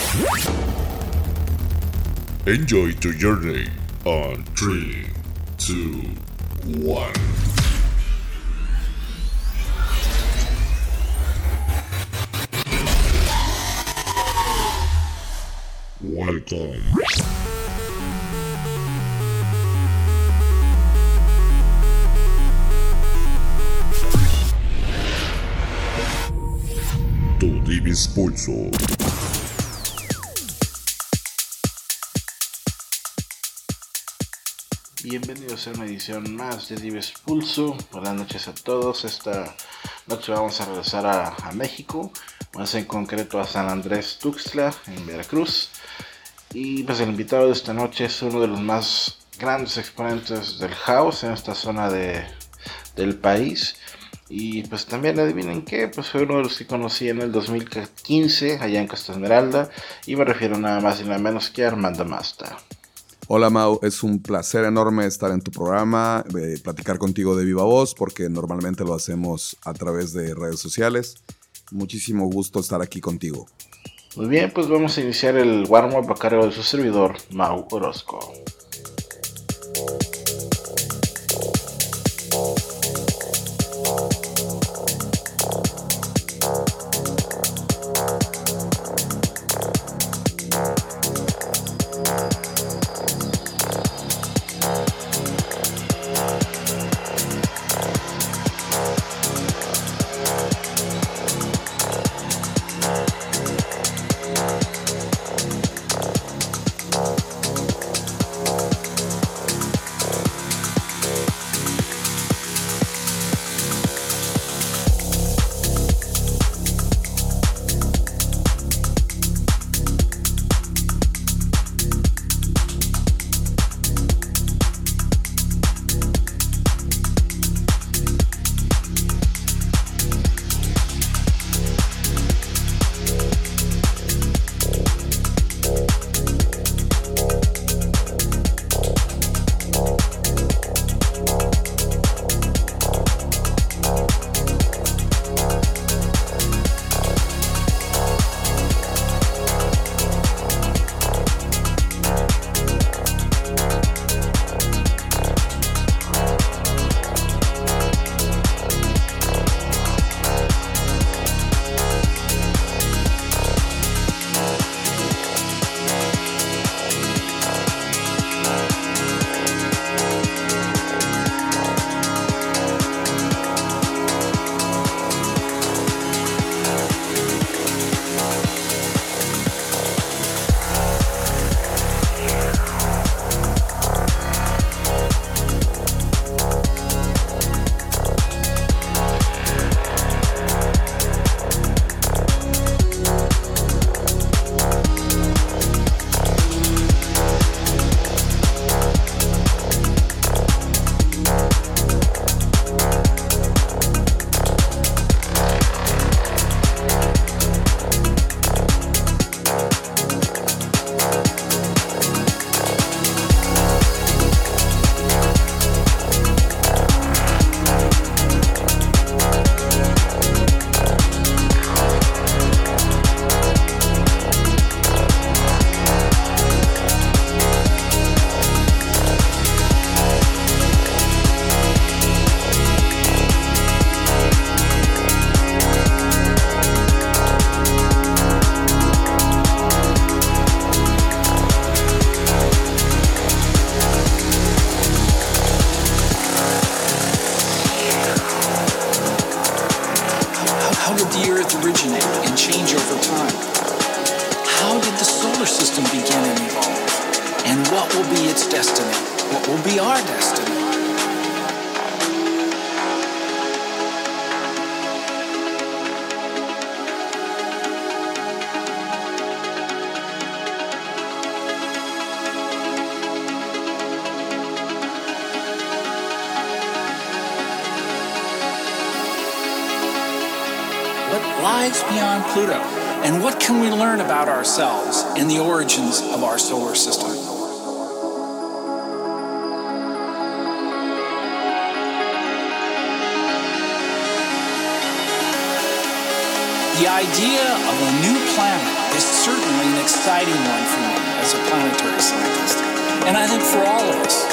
Enjoy your journey on 3, 2, 1. Welcome. Tu Divis Pulso. Bienvenidos a una edición más de Divis Pulso. Buenas noches a todos. Esta noche vamos a regresar a México, más en concreto a San Andrés Tuxtla, en Veracruz. Y pues el invitado de esta noche es uno de los más grandes exponentes del house en esta zona del país. Y pues también adivinen qué, pues fue uno de los que conocí en el 2015 allá en Costa Esmeralda. Y me refiero nada más y nada menos que a Armando Masta. Hola Mau, es un placer enorme estar en tu programa, platicar contigo de viva voz, porque normalmente lo hacemos a través de redes sociales. Muchísimo gusto estar aquí contigo. Muy bien, pues vamos a iniciar el warm-up a cargo de su servidor, Mau Orozco. Lies beyond Pluto, and what can we learn about ourselves and the origins of our solar system? The idea of a new planet is certainly exciting one for me as a planetary scientist, and I think for all of us.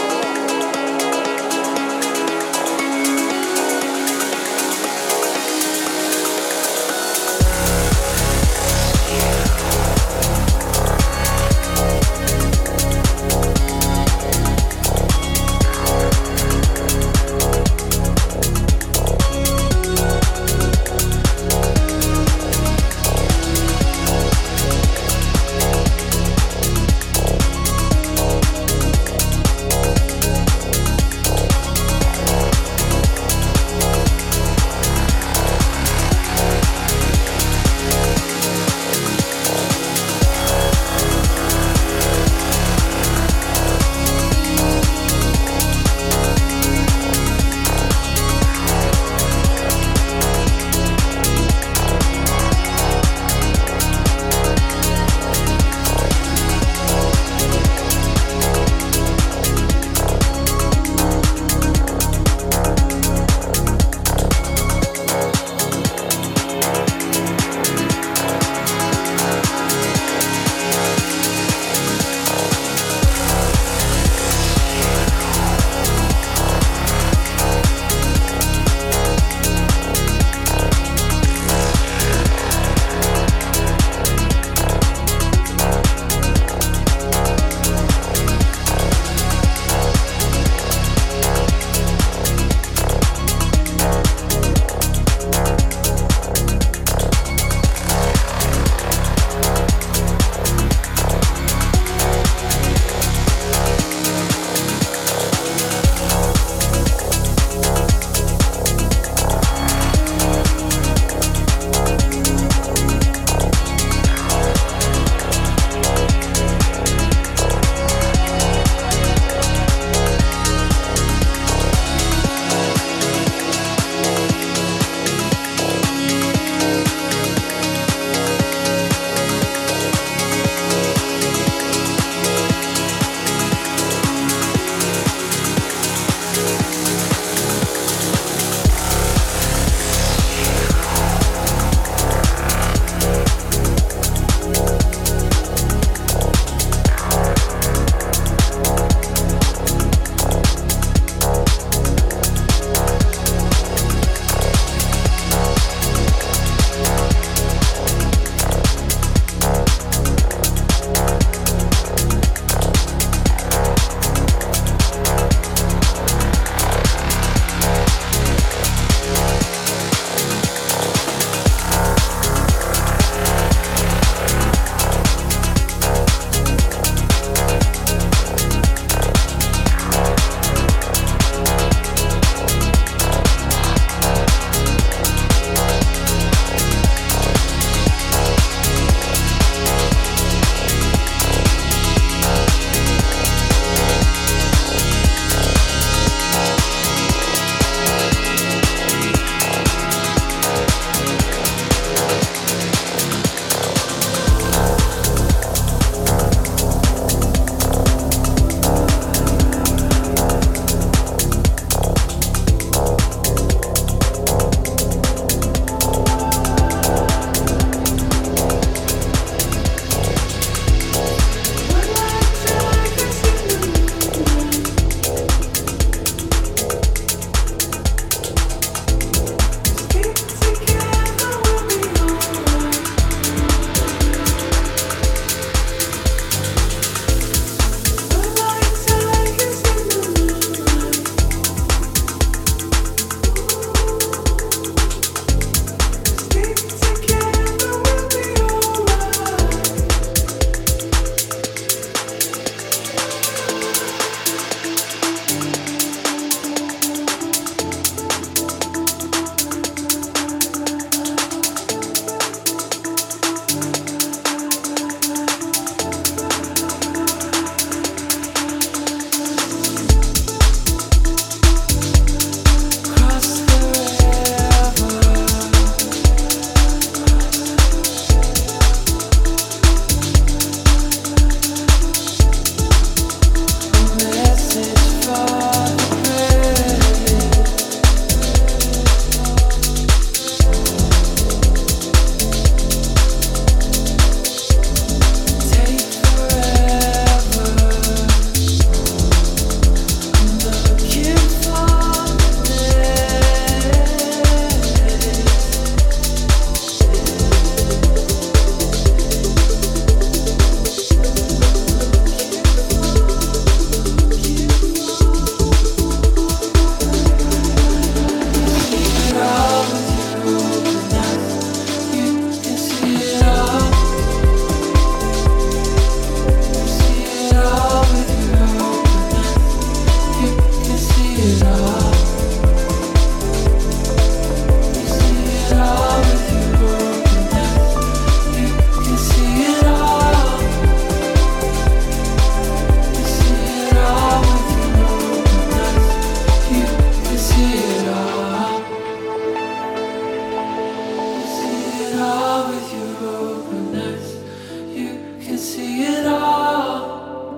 see it all.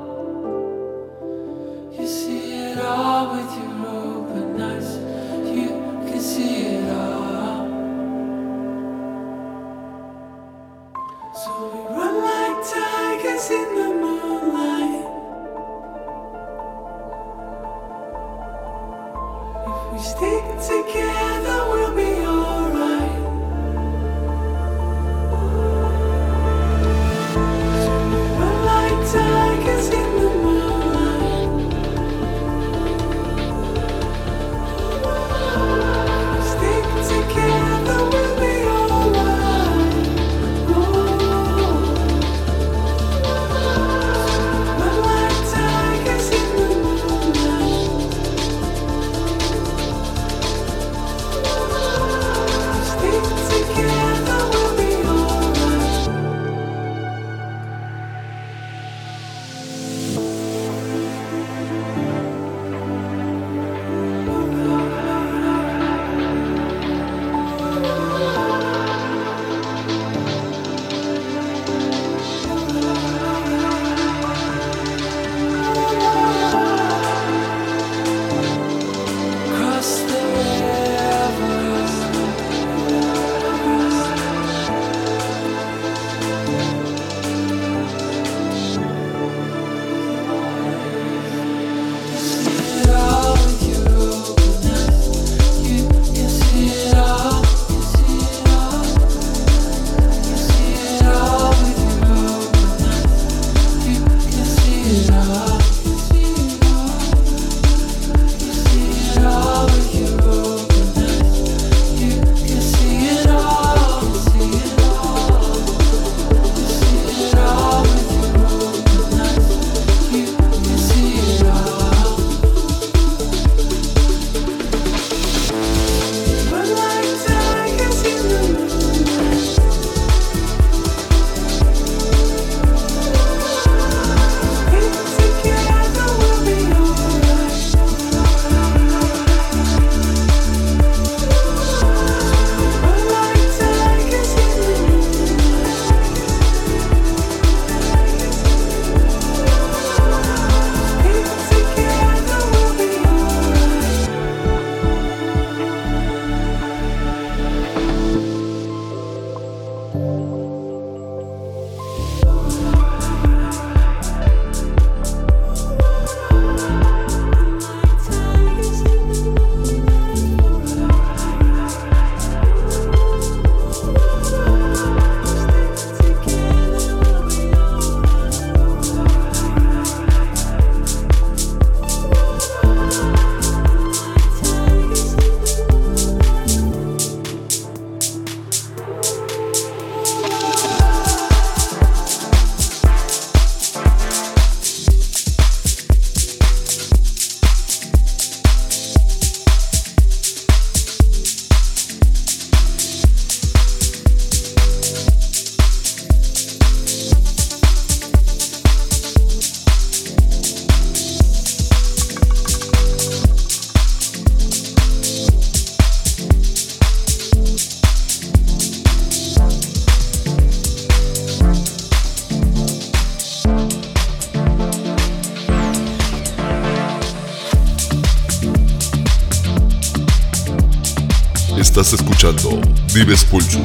You see it all with your open eyes. You can see it all. So we run like tigers in the moonlight. If we stick together, we'll be alright. So we run like tigers in the moonlight. If we stick together, we'll be alright. Run like tigers in the moonlight. Stick together, we'll be alright. Cross the Estás escuchando Dives Pulso.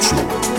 Pulso.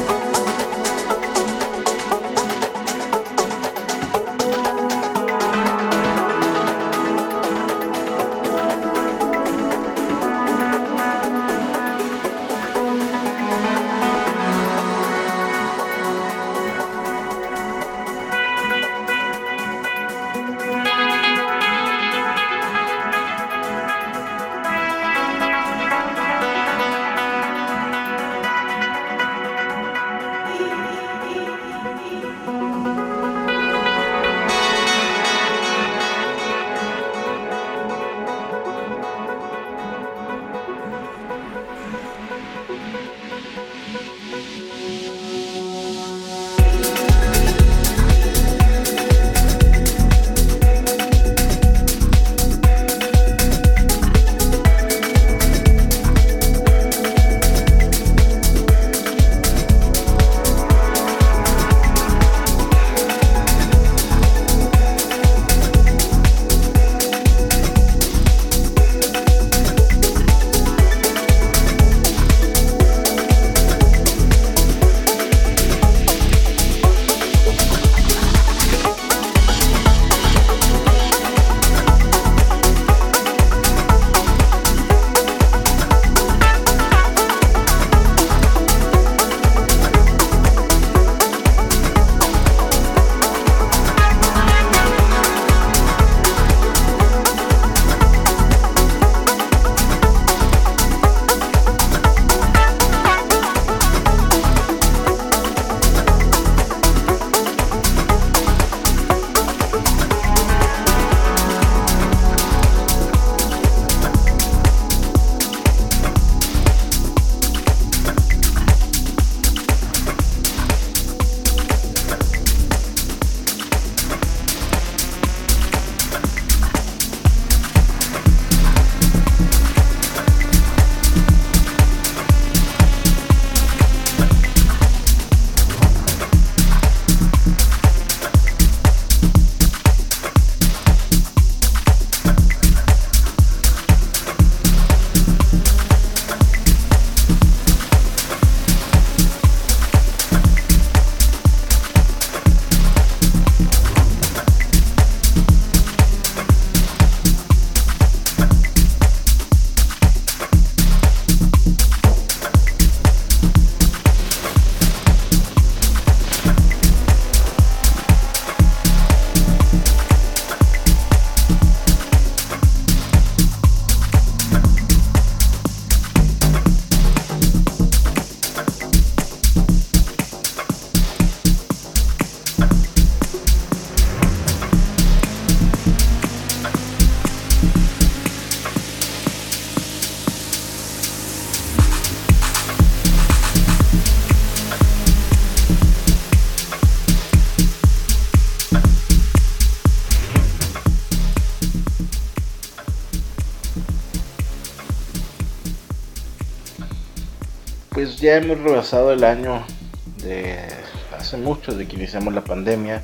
Pues ya hemos rebasado el año de hace mucho, de que iniciamos la pandemia.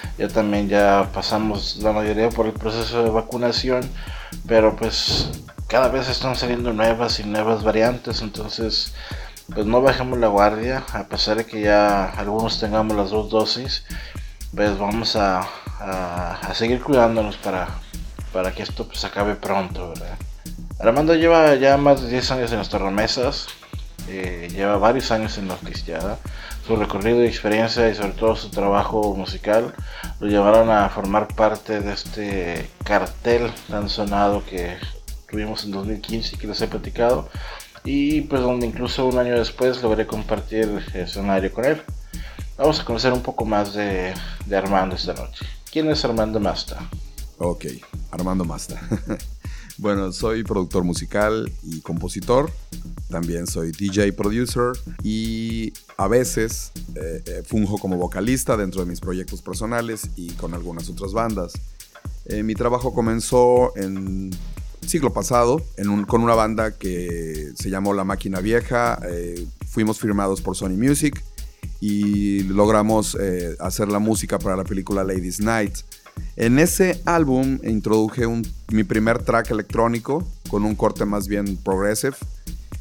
Ya pasamos la mayoría por el proceso de vacunación, pero pues cada vez están saliendo nuevas y nuevas variantes, entonces pues no bajemos la guardia, a pesar de que ya algunos tengamos las 2 dosis, pues vamos a seguir cuidándonos para que esto pues acabe pronto, ¿verdad? Armando lleva ya más de 10 años en las tornamesas, lleva varios años en la orquesteada. Su recorrido y experiencia y sobre todo su trabajo musical lo llevaron a formar parte de este cartel tan sonado que tuvimos en 2015 que les he platicado, y pues donde incluso un año después logré compartir escenario con él. Vamos a conocer un poco más de Armando esta noche. ¿Quién es Armando Masta? Ok, Armando Masta. Bueno, soy productor musical y compositor. También soy DJ producer y a veces funjo como vocalista dentro de mis proyectos personales y con algunas otras bandas. Mi trabajo comenzó en siglo pasado con una banda que se llamó La Máquina Vieja. Fuimos firmados por Sony Music y logramos hacer la música para la película Ladies Night. En ese álbum introduje mi primer track electrónico con un corte más bien progressive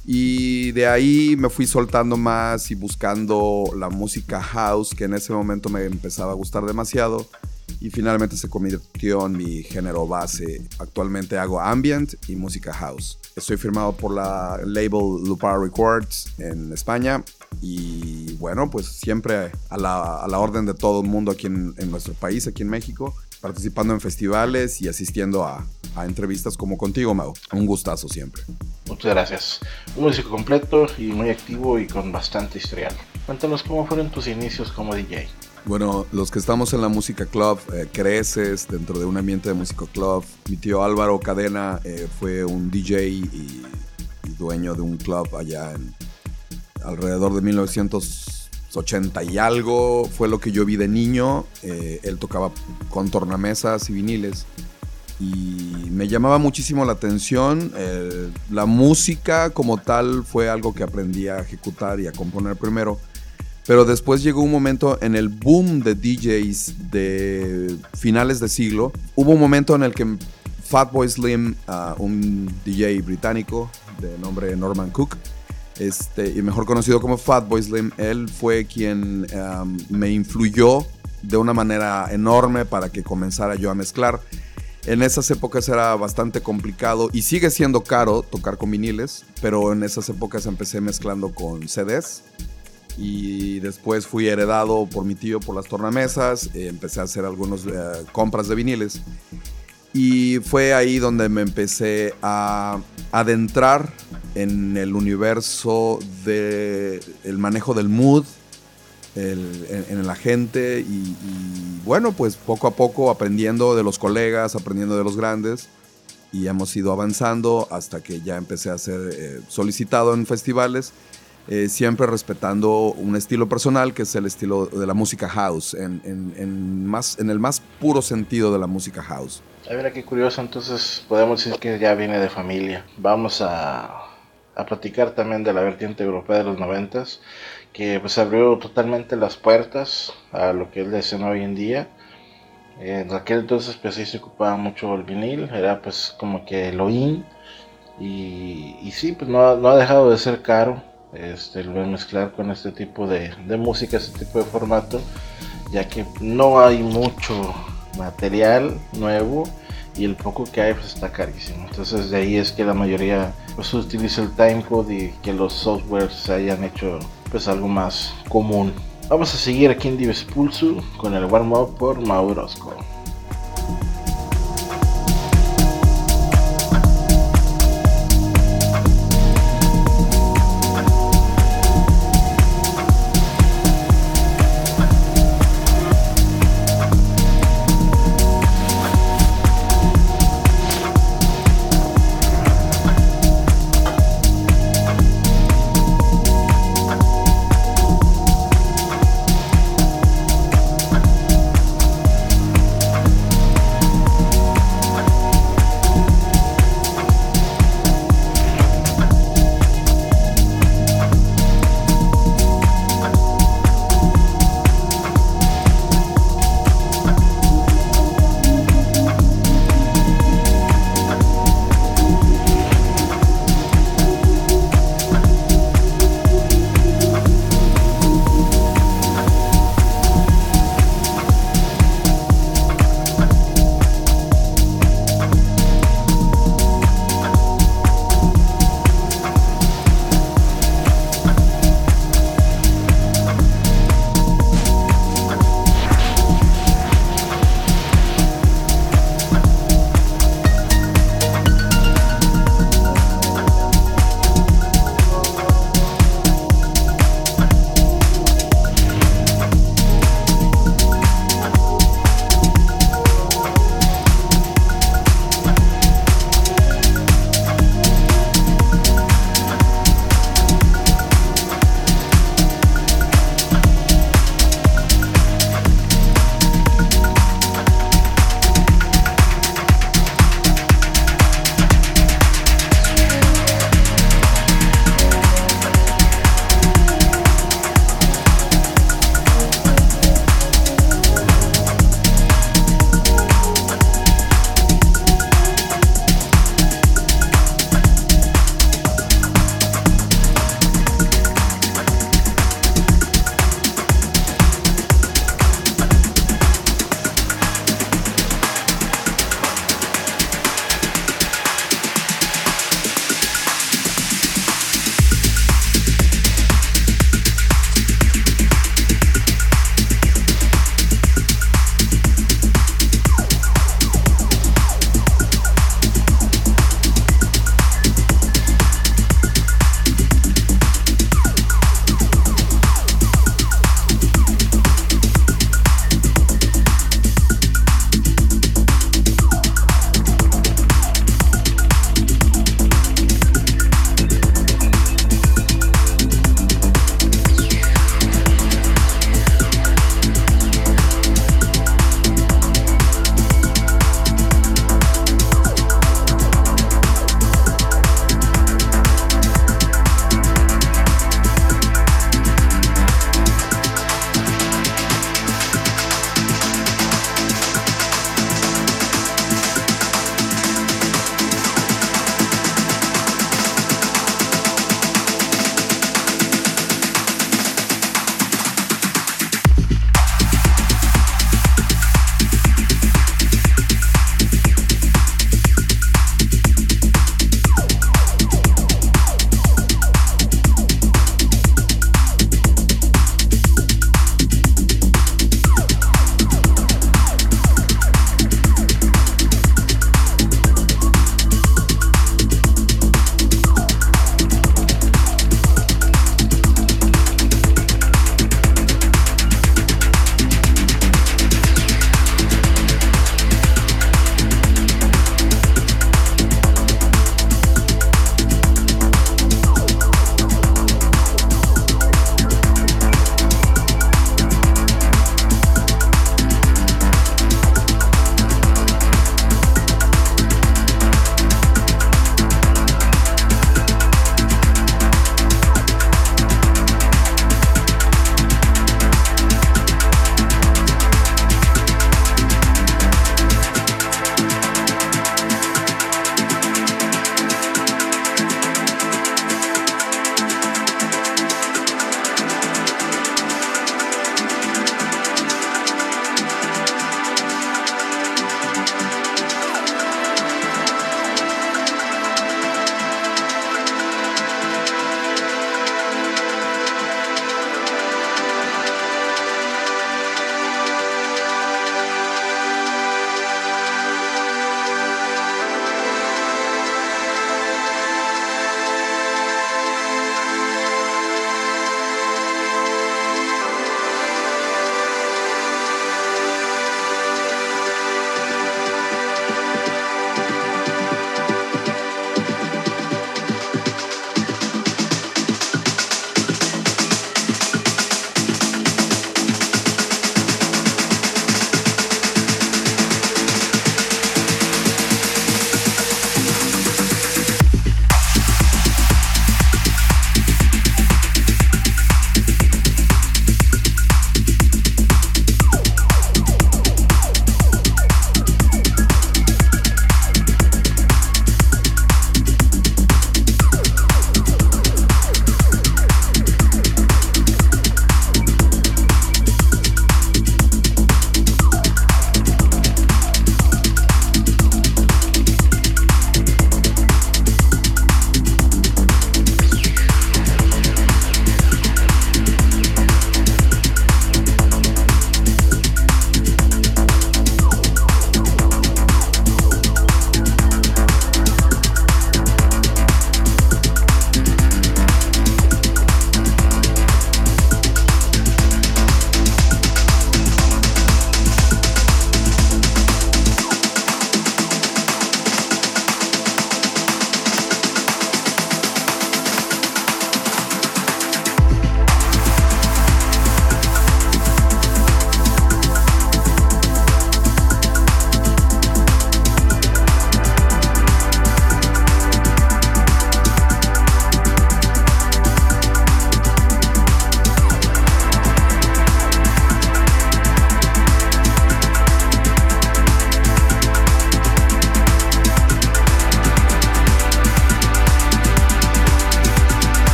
Y de ahí me fui soltando más y buscando la música house, que en ese momento me empezaba a gustar demasiado. Y finalmente se convirtió en mi género base. Actualmente hago ambient y música house. Estoy firmado por la label Lupar Records en España. Y bueno, pues siempre a la orden de todo el mundo aquí en nuestro país, aquí en México. Participando en festivales y asistiendo a entrevistas como contigo, Mau. Un gustazo siempre. Muchas gracias. Un músico completo y muy activo y con bastante historial. Cuéntanos cómo fueron tus inicios como DJ. Bueno, los que estamos en la música club, creces dentro de un ambiente de música club. Mi tío Álvaro Cadena fue un DJ y dueño de un club allá alrededor de 1980 y algo. Fue lo que yo vi de niño. Él tocaba con tornamesas y viniles. Y me llamaba muchísimo la atención. La música como tal fue algo que aprendí a ejecutar y a componer primero. Pero después llegó un momento en el boom de DJs de finales de siglo. Hubo un momento en el que Fatboy Slim, un DJ británico de nombre Norman Cook, y mejor conocido como Fatboy Slim, él fue quien me influyó de una manera enorme para que comenzara yo a mezclar. En esas épocas era bastante complicado y sigue siendo caro tocar con viniles, pero en esas épocas empecé mezclando con CDs. Y después fui heredado por mi tío por las tornamesas, empecé a hacer algunas compras de viniles y fue ahí donde me empecé a adentrar en el universo del manejo del mood, en la gente y bueno, pues poco a poco aprendiendo de los colegas, aprendiendo de los grandes y hemos ido avanzando hasta que ya empecé a ser solicitado en festivales. Siempre respetando un estilo personal que es el estilo de la música house, en el más puro sentido de la música house. A ver, qué curioso, entonces podemos decir que ya viene de familia. Vamos a platicar también de la vertiente europea de los 90s, que pues abrió totalmente las puertas a lo que es la escena hoy en día. En aquel entonces pues sí se ocupaba mucho el vinil, era pues como que lo in, y sí, pues no ha dejado de ser caro. El mezclar con este tipo de música, este tipo de formato, ya que no hay mucho material nuevo y el poco que hay pues está carísimo. Entonces de ahí es que la mayoría pues utiliza el timecode y que los softwares se hayan hecho pues algo más común. Vamos a seguir aquí en Dives Pulso con el warm up por Mau Orozco.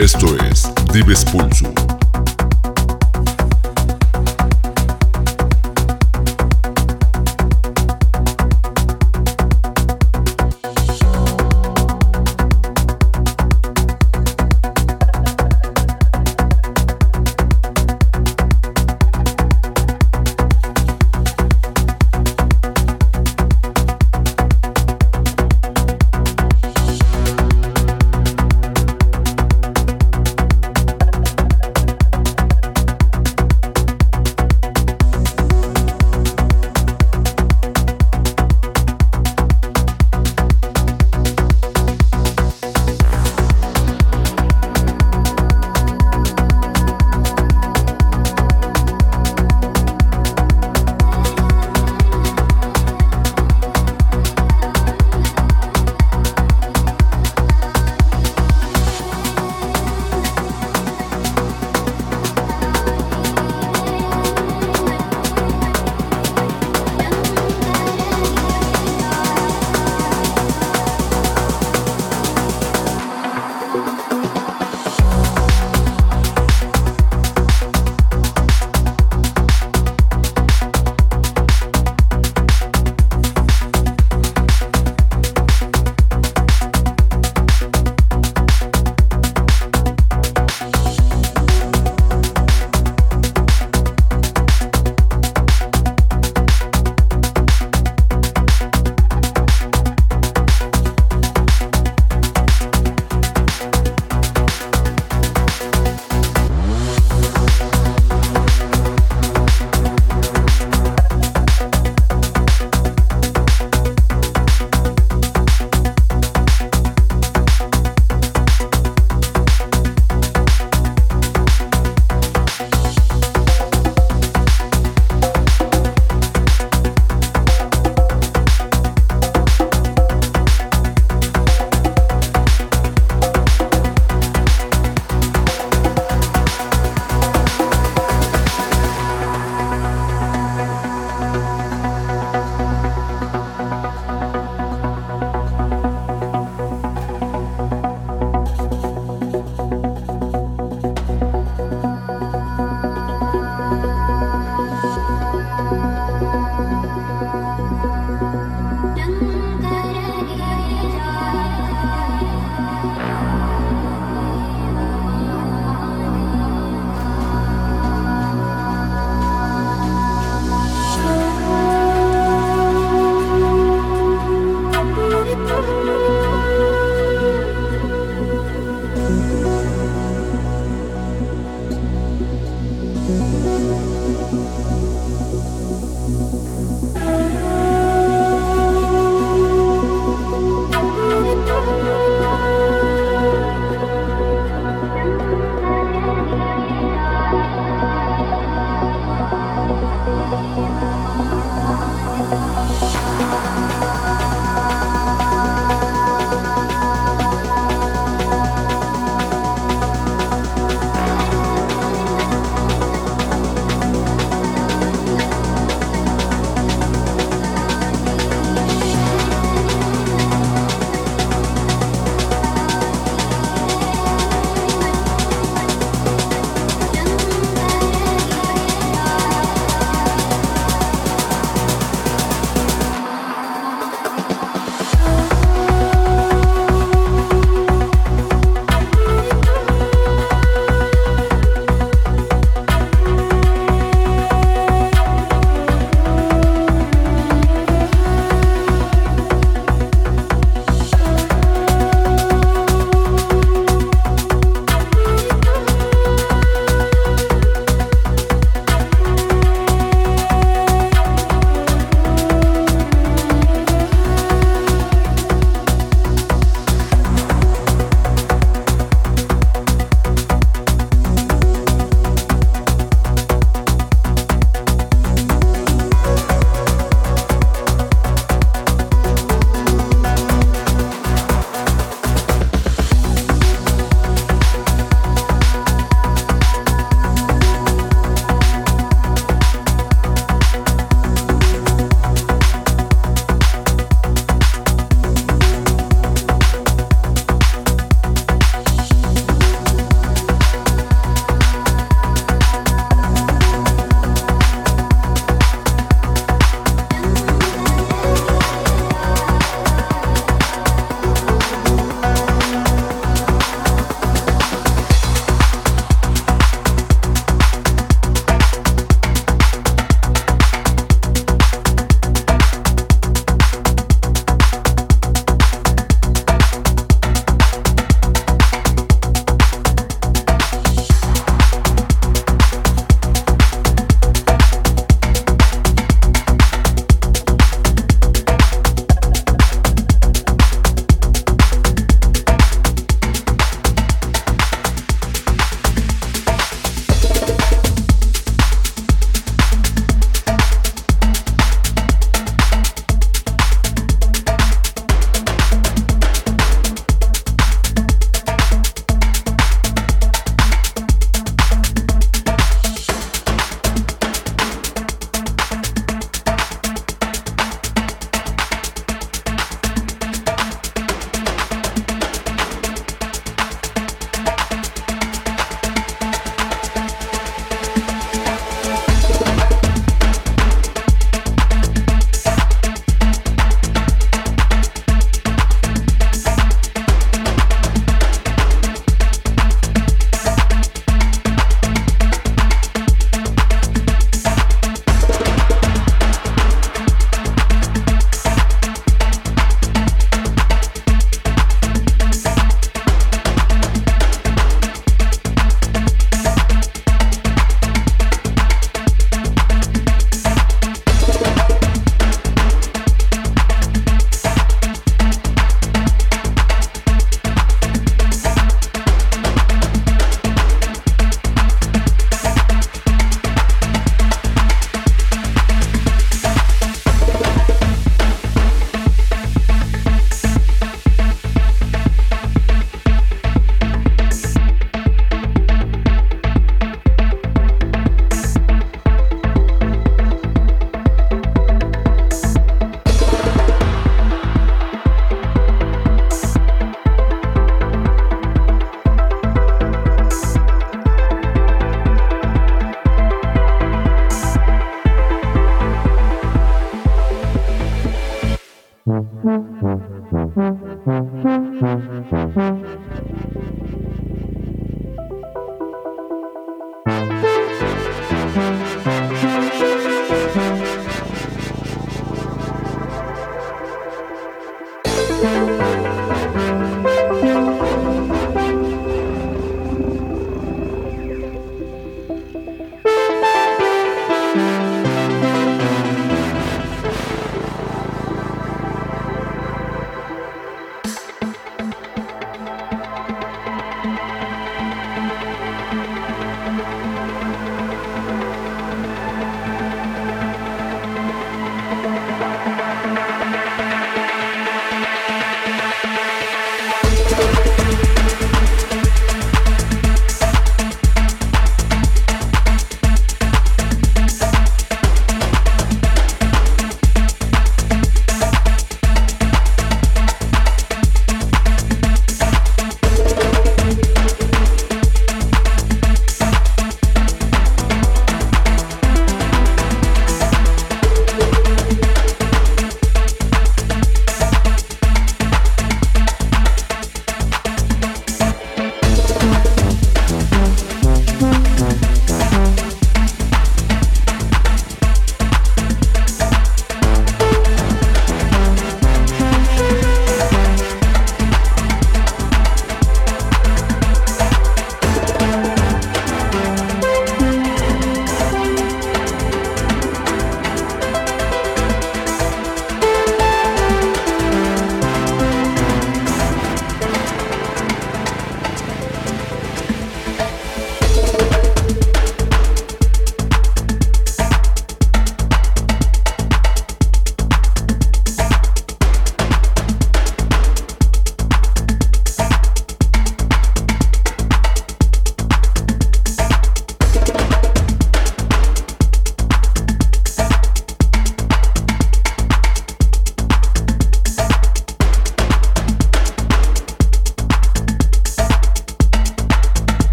Esto es Dives Pulso.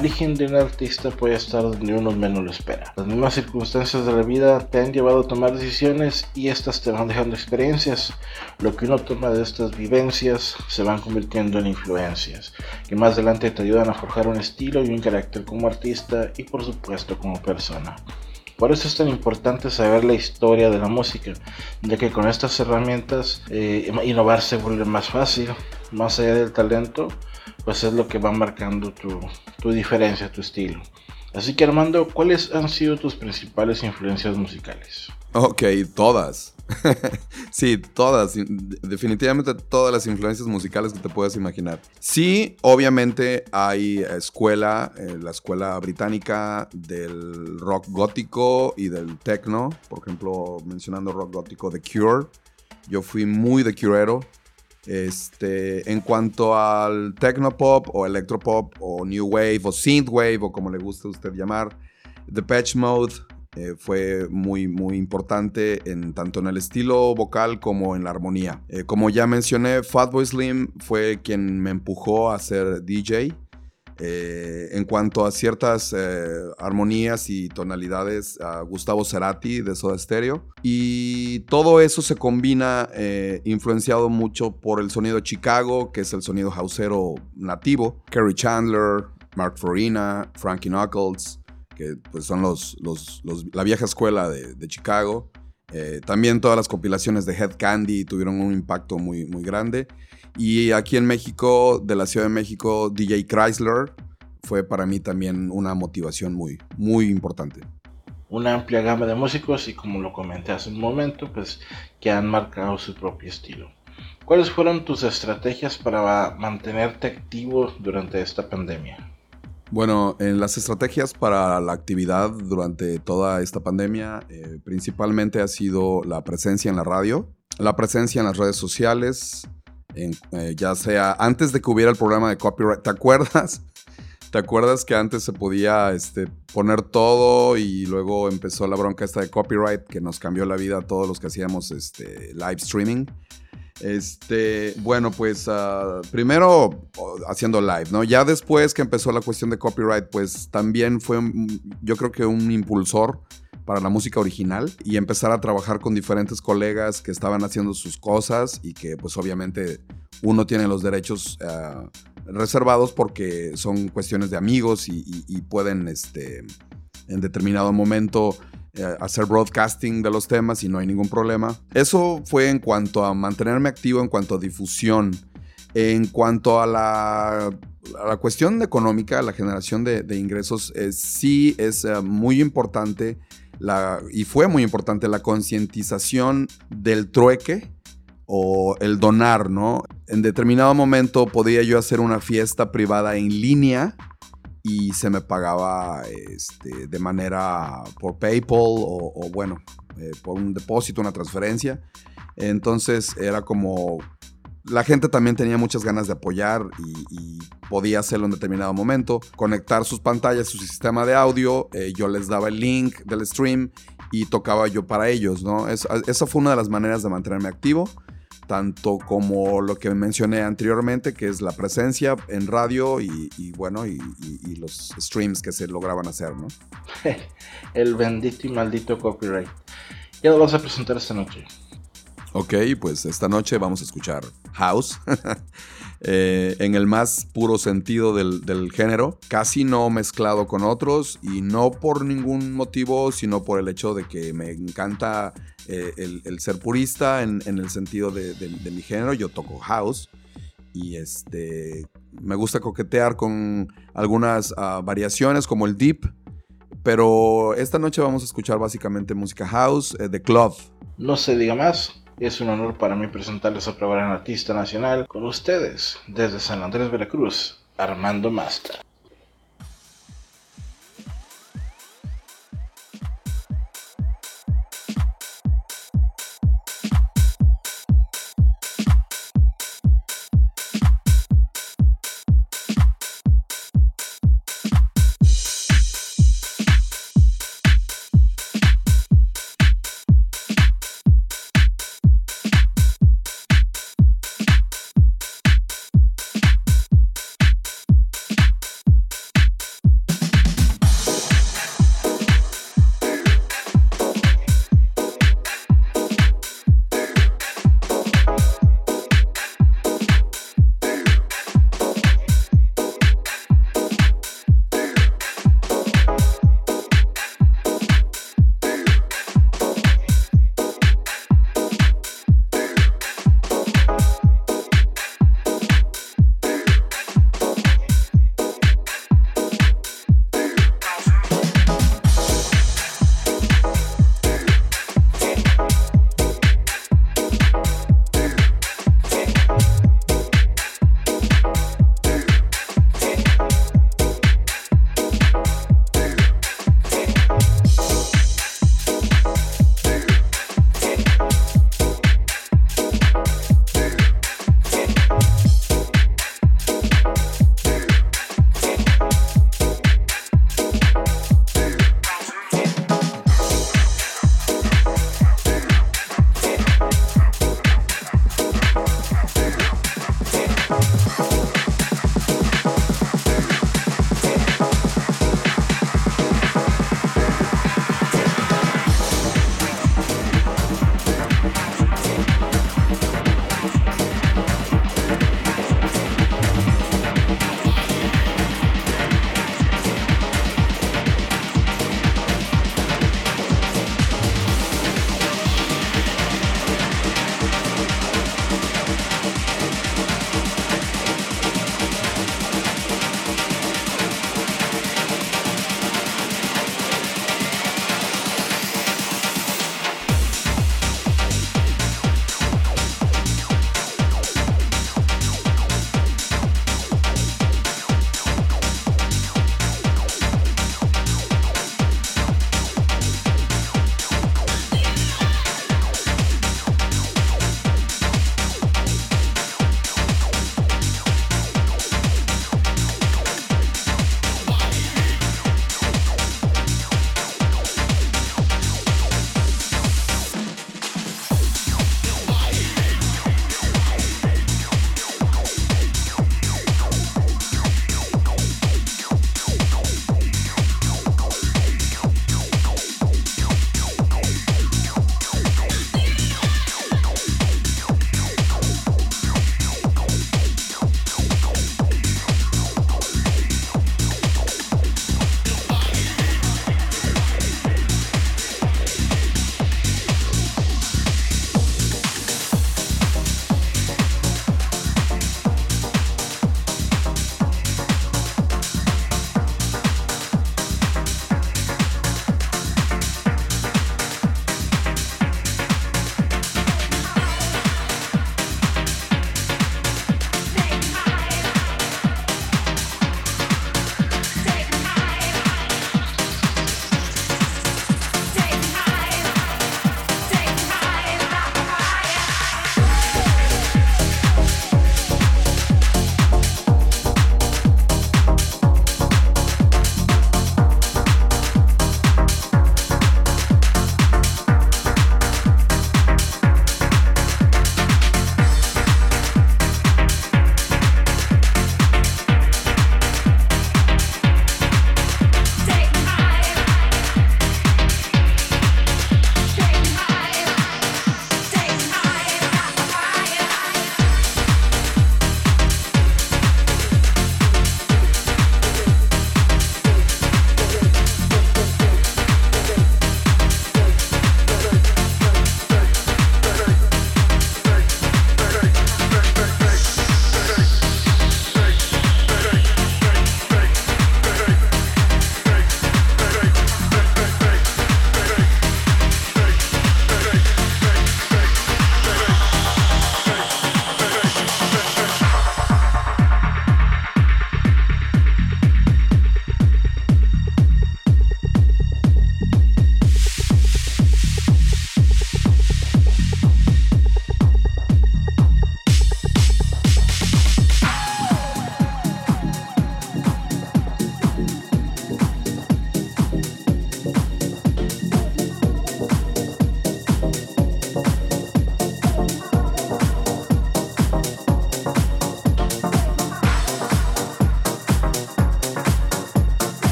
origen de un artista puede estar donde uno menos lo espera. Las mismas circunstancias de la vida te han llevado a tomar decisiones y estas te van dejando experiencias. Lo que uno toma de estas vivencias se van convirtiendo en influencias, que más adelante te ayudan a forjar un estilo y un carácter como artista y por supuesto como persona. Por eso es tan importante saber la historia de la música, ya que con estas herramientas innovar se vuelve más fácil, más allá del talento, pues es lo que va marcando tu diferencia, tu estilo. Así que Armando, ¿cuáles han sido tus principales influencias musicales? Ok, todas. Sí, todas. Definitivamente todas las influencias musicales que te puedas imaginar. Sí, obviamente hay escuela, la escuela británica del rock gótico y del techno. Por ejemplo, mencionando rock gótico, The Cure. Yo fui muy The Curero. En cuanto al technopop o electropop o new wave o synthwave o como le guste a usted llamar, Depeche Mode fue muy importante tanto en el estilo vocal como en la armonía. Como ya mencioné, Fatboy Slim fue quien me empujó a ser DJ. En cuanto a ciertas armonías y tonalidades, a Gustavo Cerati de Soda Stereo. Y todo eso se combina influenciado mucho por el sonido de Chicago, que es el sonido houseero nativo. Kerry Chandler, Mark Farina, Frankie Knuckles, que pues son la vieja escuela de Chicago. También todas las compilaciones de Head Candy tuvieron un impacto muy grande. Y aquí en México, de la Ciudad de México, DJ Chrysler fue para mí también una motivación muy importante. Una amplia gama de músicos y como lo comenté hace un momento, pues que han marcado su propio estilo. ¿Cuáles fueron tus estrategias para mantenerte activo durante esta pandemia? Bueno, en las estrategias para la actividad durante toda esta pandemia, principalmente ha sido la presencia en la radio, la presencia en las redes sociales, ya sea antes de que hubiera el programa de copyright. ¿Te acuerdas? ¿Te acuerdas que antes se podía poner todo y luego empezó la bronca esta de copyright que nos cambió la vida a todos los que hacíamos live streaming? Bueno, pues primero haciendo live, ¿no? Ya después que empezó la cuestión de copyright, pues también fue, yo creo que un impulsor para la música original y empezar a trabajar con diferentes colegas que estaban haciendo sus cosas y que pues obviamente uno tiene los derechos reservados porque son cuestiones de amigos y pueden en determinado momento hacer broadcasting de los temas y no hay ningún problema. Eso fue en cuanto a mantenerme activo, en cuanto a difusión, en cuanto a la cuestión económica, la generación de ingresos. Sí es muy importante y fue muy importante la concientización del trueque o el donar, ¿no? En determinado momento podía yo hacer una fiesta privada en línea y se me pagaba de manera por PayPal o bueno, por un depósito, una transferencia. Entonces era como la gente también tenía muchas ganas de apoyar y podía hacerlo en determinado momento, conectar sus pantallas, su sistema de audio, yo les daba el link del stream y tocaba yo para ellos, ¿no? Esa fue una de las maneras de mantenerme activo, tanto como lo que mencioné anteriormente, que es la presencia en radio y bueno, y los streams que se lograban hacer, ¿no? El bendito y maldito copyright. ¿Qué nos vas a presentar esta noche? Ok, pues esta noche vamos a escuchar house, en el más puro sentido del género, casi no mezclado con otros y no por ningún motivo, sino por el hecho de que me encanta el ser purista en el sentido de mi género. Yo toco house y me gusta coquetear con algunas variaciones como el deep, pero esta noche vamos a escuchar básicamente música house de club. No se diga más. Es un honor para mí presentarles a otro gran artista nacional con ustedes, desde San Andrés, Veracruz, Armando Masta.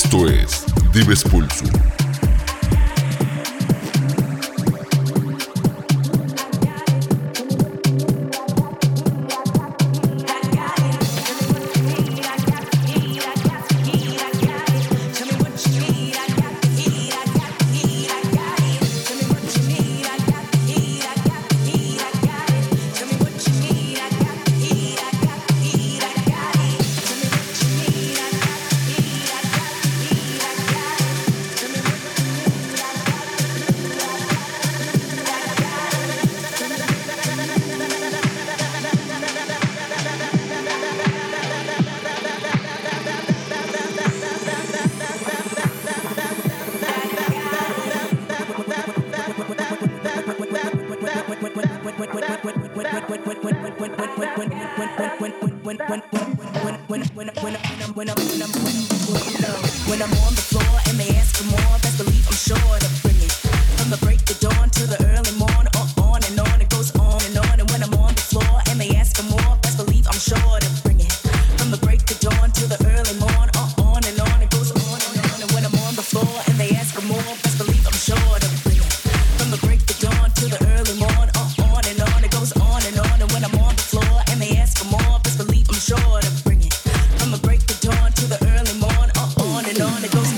Esto es Dives Pulso. When I'm on the floor and they ask for more, best believe I'm sure to bring it. From the break of dawn to the early morn, on and on, it goes on and on. And when I'm on the floor and they ask for more, best believe I'm sure to bring it. From the break of dawn to the early morn, on and on, it goes on and on. And when I'm on the floor and they ask for more, best believe I'm sure to bring it. From the break of dawn to the early morn, on and on, it goes on and on. And when I'm on the floor and they ask for more, best believe I'm sure to bring it. From the break of dawn to the early morn, on and on, it goes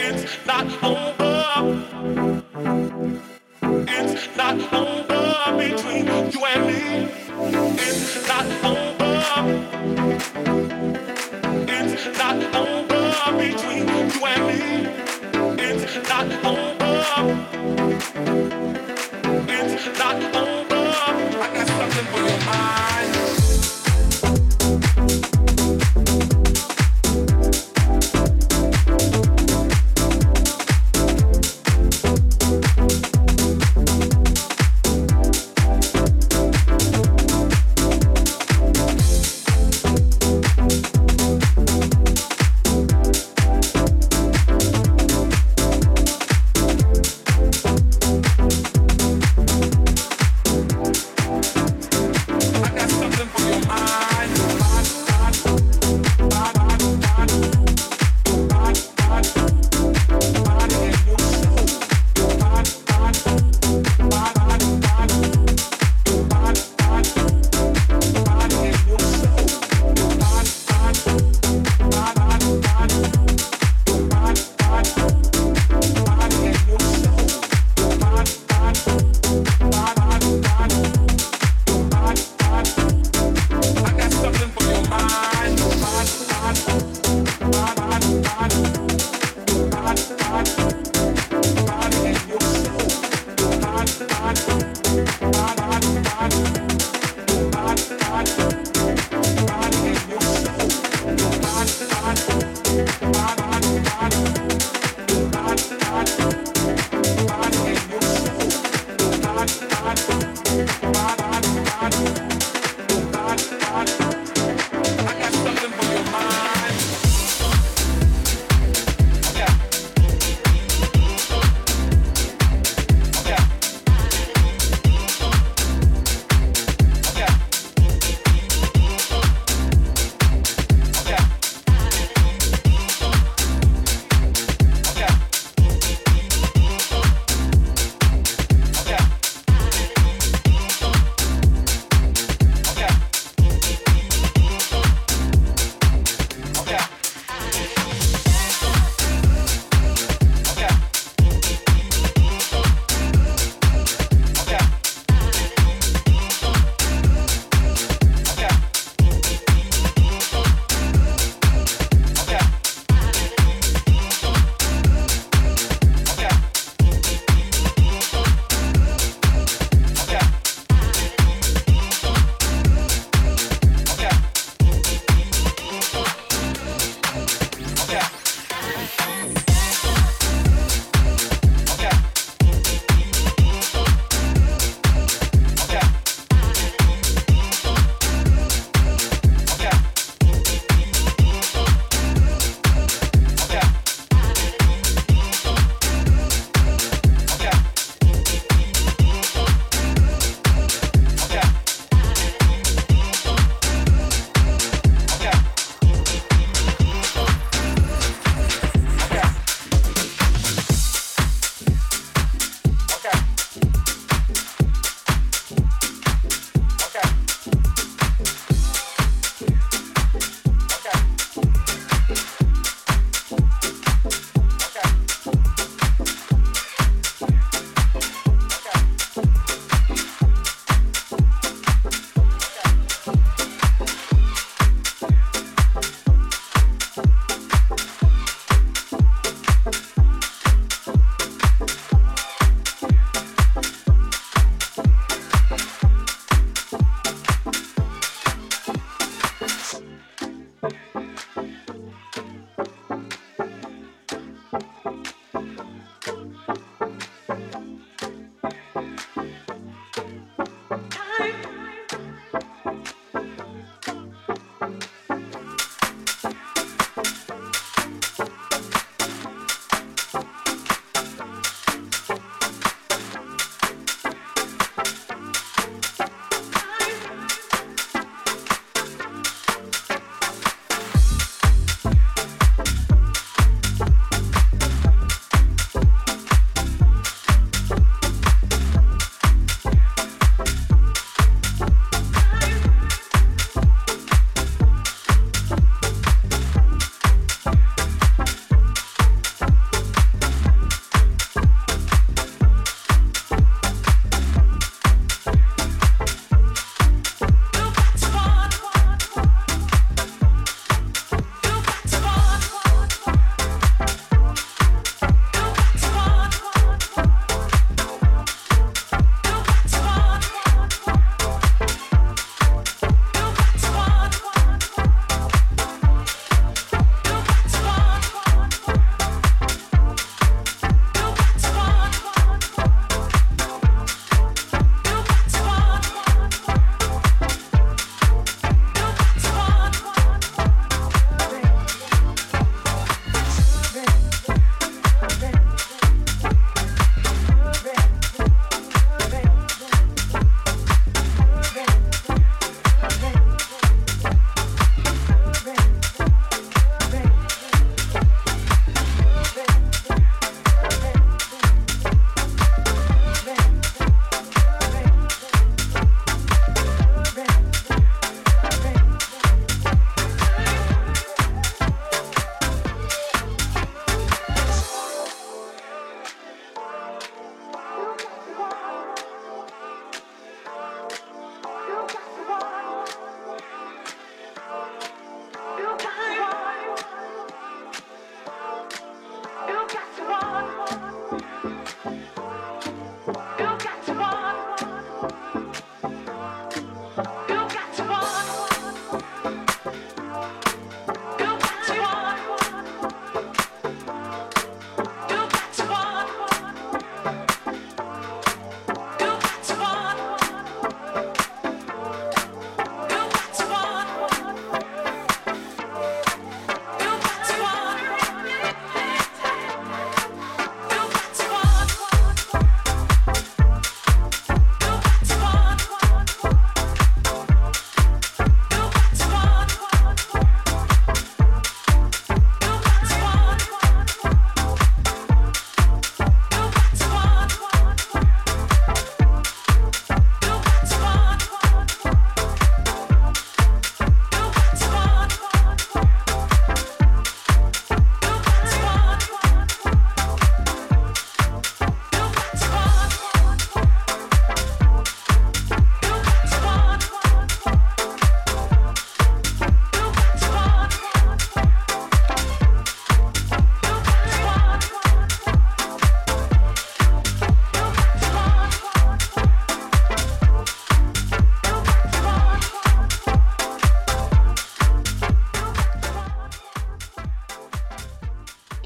It's not over. It's not over between you and me. It's not over. It's not over between you and me. It's not over. It's not over. I got something for your mind.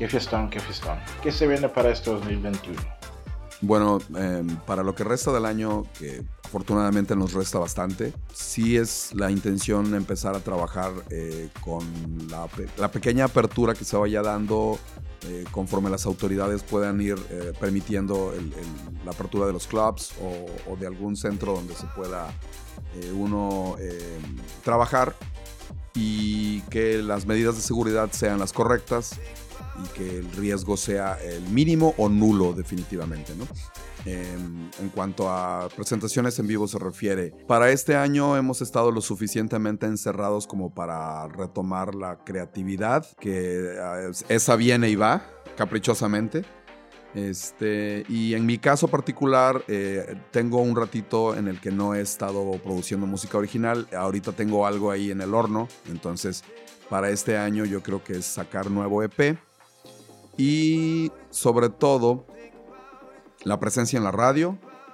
Qué fiestón, qué fiestón. ¿Qué se viene para este 2021? Bueno, para lo que resta del año, que afortunadamente nos resta bastante, sí es la intención empezar a trabajar con la pequeña apertura que se vaya dando conforme las autoridades puedan ir permitiendo la apertura de los clubs o de algún centro donde se pueda uno trabajar, y que las medidas de seguridad sean las correctas y que el riesgo sea el mínimo o nulo definitivamente, ¿no? En cuanto a presentaciones en vivo se refiere, para este año hemos estado lo suficientemente encerrados como para retomar la creatividad, que esa viene y va caprichosamente. Y en mi caso particular, tengo un ratito en el que no he estado produciendo música original. Ahorita tengo algo ahí en el horno, entonces para este año yo creo que es sacar nuevo EP. Y sobre todo la presencia en la radio,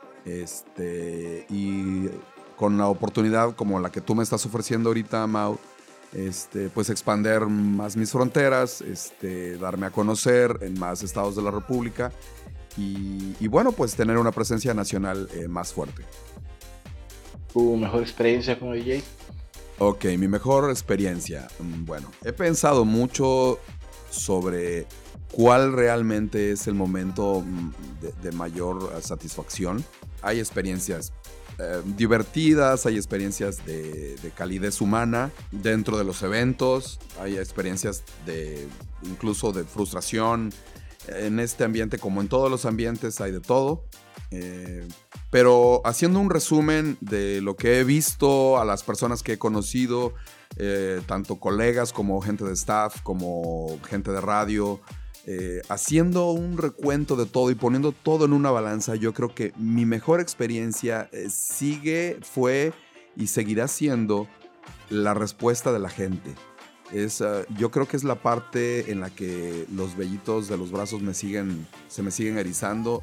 y con la oportunidad como la que tú me estás ofreciendo ahorita, Mau, pues expander más mis fronteras, darme a conocer en más estados de la República y bueno, pues tener una presencia nacional más fuerte. ¿Tu mejor experiencia como DJ? Ok, mi mejor experiencia. Bueno, he pensado mucho sobre cuál realmente es el momento de mayor satisfacción. Hay experiencias divertidas, hay experiencias de calidez humana dentro de los eventos, hay experiencias incluso de frustración. En este ambiente, como en todos los ambientes, hay de todo. Pero haciendo un resumen de lo que he visto, a las personas que he conocido, tanto colegas como gente de staff, como gente de radio, haciendo un recuento de todo y poniendo todo en una balanza, yo creo que mi mejor experiencia fue y seguirá siendo la respuesta de la gente. Yo creo que es la parte en la que los vellitos de los brazos se me siguen erizando.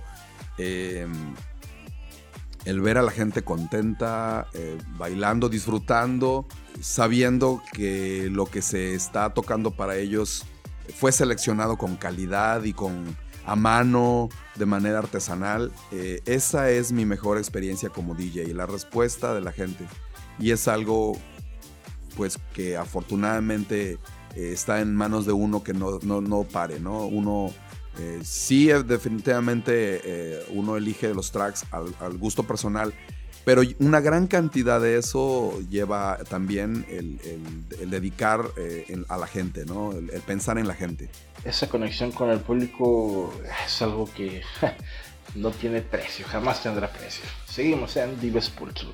El ver a la gente contenta, bailando, disfrutando, sabiendo que lo que se está tocando para ellos fue seleccionado con calidad y a mano, de manera artesanal. Esa es mi mejor experiencia como DJ, la respuesta de la gente. Y es algo pues que afortunadamente está en manos de uno que no pare, ¿no? Uno sí, definitivamente uno elige los tracks al gusto personal, pero una gran cantidad de eso lleva también el dedicar a la gente, ¿no? El pensar en la gente. Esa conexión con el público es algo que no tiene precio, jamás tendrá precio. Seguimos en Dives Pulso.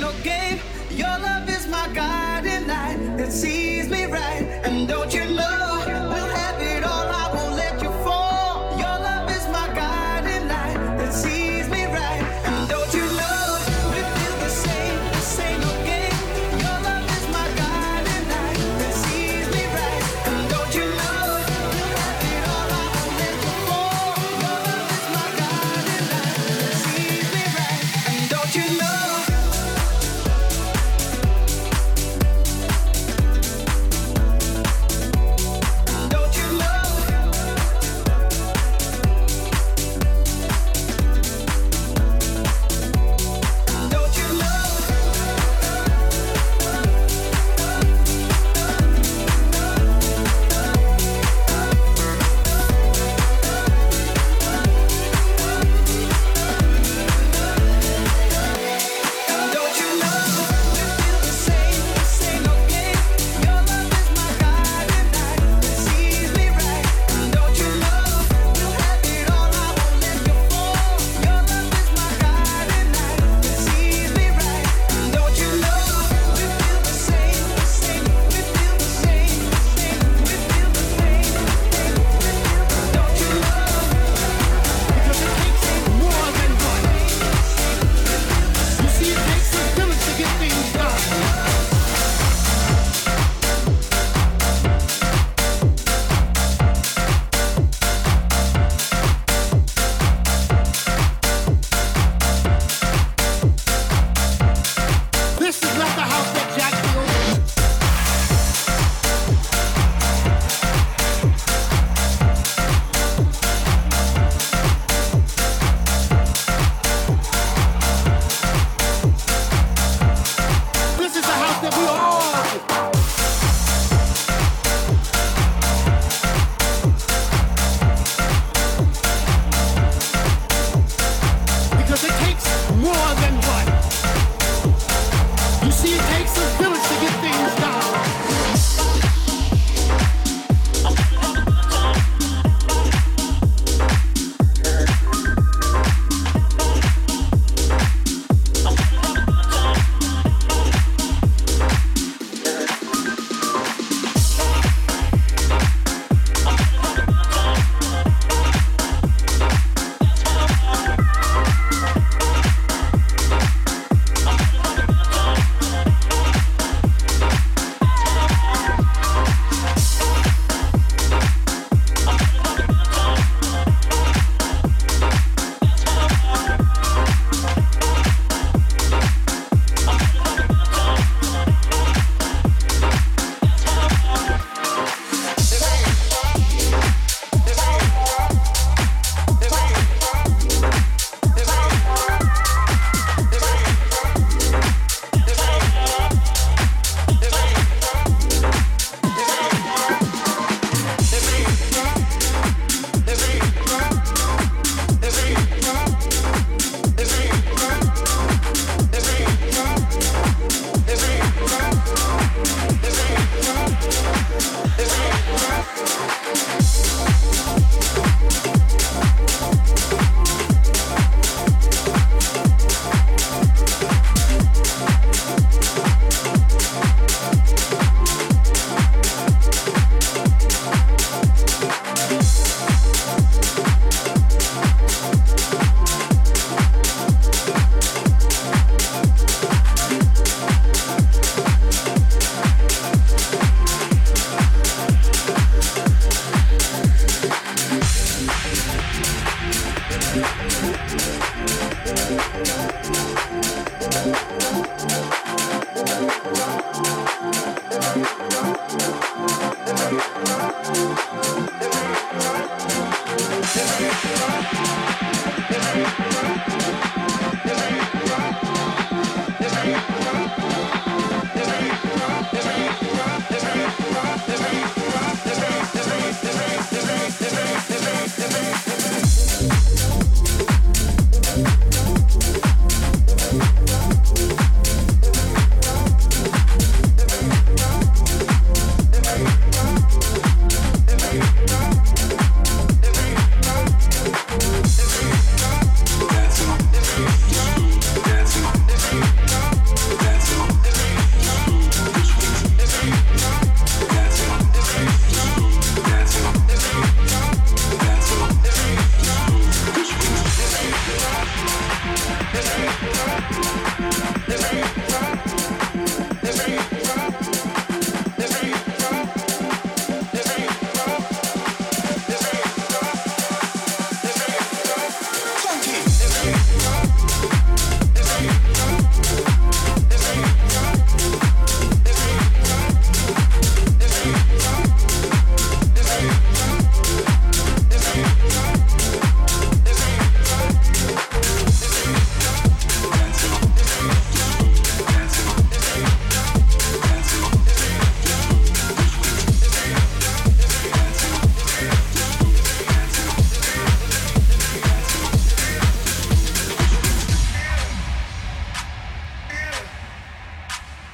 no game. Your love is my guiding light that sees me right. And don't you know, we'll have it all, I won't let you fall. Your love is my guiding light that sees me right. And don't you know, we feel the same, this ain't no game. Your love is my guiding light that sees me right. And don't you know, we'll have it all, I won't let you fall. Your love is my guiding light that sees me right. And don't you know.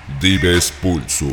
Dives Pulso.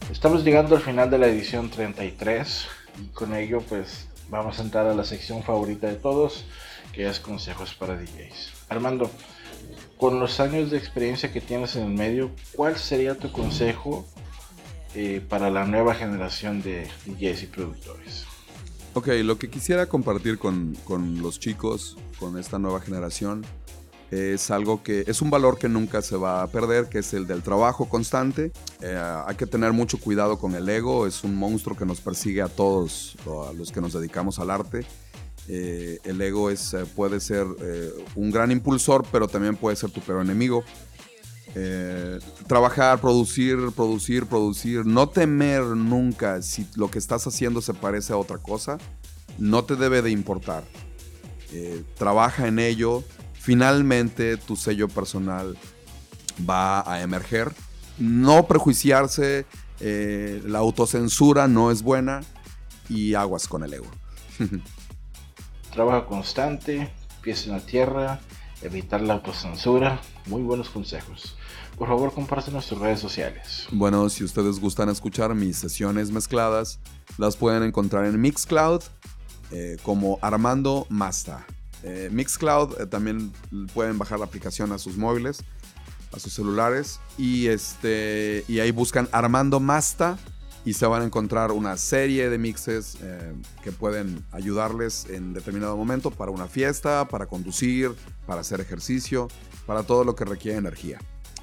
Estamos llegando al final de la edición 33 y con ello pues vamos a entrar a la sección favorita de todos, que es consejos para DJs. Armando, con los años de experiencia que tienes en el medio, ¿cuál sería tu consejo para la nueva generación de DJs y productores? Ok, lo que quisiera compartir con los chicos, con esta nueva generación, es algo que es un valor que nunca se va a perder, que es el del trabajo constante. Hay que tener mucho cuidado con el ego, es un monstruo que nos persigue a todos, a los que nos dedicamos al arte. El ego puede ser un gran impulsor, pero también puede ser tu peor enemigo. Trabajar, producir, no temer nunca si lo que estás haciendo se parece a otra cosa, no te debe de importar. Trabaja en ello, finalmente tu sello personal va a emerger. No prejuiciarse, la autocensura no es buena y aguas con el ego. Trabajo constante, pies en la tierra, evitar la autocensura, muy buenos consejos. Por favor, comparte nuestras redes sociales. Bueno, si ustedes gustan escuchar mis sesiones mezcladas, las pueden encontrar en Mixcloud como Armando Masta. Mixcloud también pueden bajar la aplicación a sus móviles, a sus celulares, y ahí buscan Armando Masta y se van a encontrar una serie de mixes que pueden ayudarles en determinado momento para una fiesta, para conducir, para hacer ejercicio, para todo lo que requiere energía.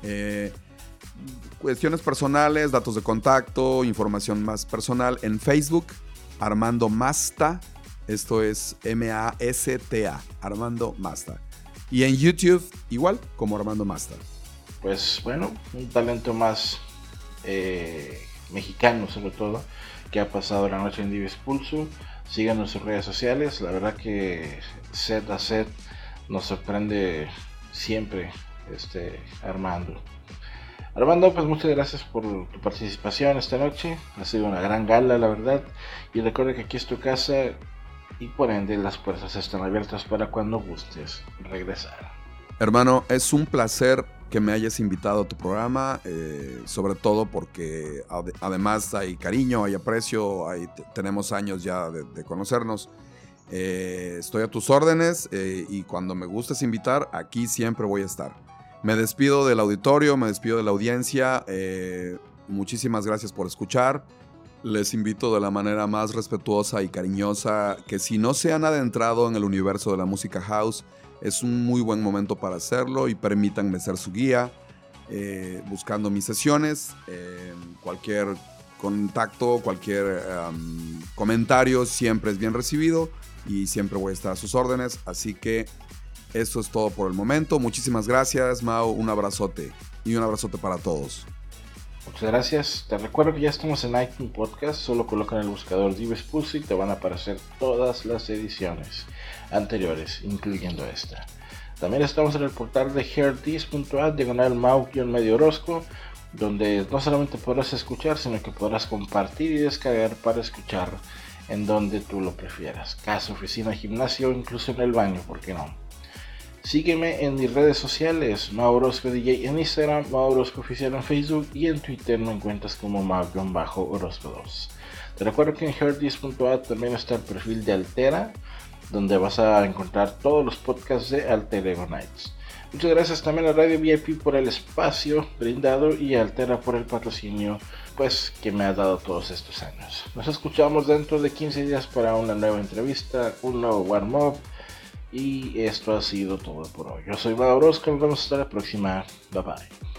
Cuestiones personales, datos de contacto, información más personal en Facebook, Armando Masta. Esto es M-A-S-T-A, Armando Masta. Y en YouTube, igual, como Armando Masta. Pues bueno, un talento más mexicano sobre todo, que ha pasado la noche en Dives Pulso. Síganos en sus redes sociales. La verdad que set a set nos sorprende siempre Armando. Armando, pues muchas gracias por tu participación esta noche. Ha sido una gran gala, la verdad. Y recuerda que aquí es tu casa y por ende las puertas están abiertas para cuando gustes regresar. Hermano, es un placer que me hayas invitado a tu programa, sobre todo porque además hay cariño, hay aprecio, tenemos años ya de conocernos. Estoy a tus órdenes y cuando me gustes invitar, aquí siempre voy a estar. Me despido del auditorio, me despido de la audiencia. Muchísimas gracias por escuchar. Les invito de la manera más respetuosa y cariñosa que si no se han adentrado en el universo de la música house, es un muy buen momento para hacerlo y permítanme ser su guía, buscando mis sesiones. Cualquier contacto, cualquier comentario siempre es bien recibido y siempre voy a estar a sus órdenes. Así que eso es todo por el momento. Muchísimas gracias, Mau. Un abrazote y un abrazote para todos. Muchas gracias. Te recuerdo que ya estamos en iTunes Podcast. Solo coloca en el buscador Dives Pulso y te van a aparecer todas las ediciones anteriores, incluyendo esta. También estamos en el portal de hearthis.at/Mau-medio Orozco, donde no solamente podrás escuchar, sino que podrás compartir y descargar para escuchar en donde tú lo prefieras. Casa, oficina, gimnasio, incluso en el baño, ¿por qué no? Sígueme en mis redes sociales, Mau Orozco DJ en Instagram, Mau Orozco Oficial en Facebook y en Twitter me encuentras como Mau-Orozco2. Te recuerdo que en hearthis.at también está el perfil de Altera, donde vas a encontrar todos los podcasts de Alter Ego Nights. Muchas gracias también a Radio VIP por el espacio brindado y a Altera por el patrocinio que me ha dado todos estos años. Nos escuchamos dentro de 15 días para una nueva entrevista, un nuevo warm-up. Y esto ha sido todo por hoy. Yo soy Mau Orozco, nos vemos hasta la próxima. Bye bye.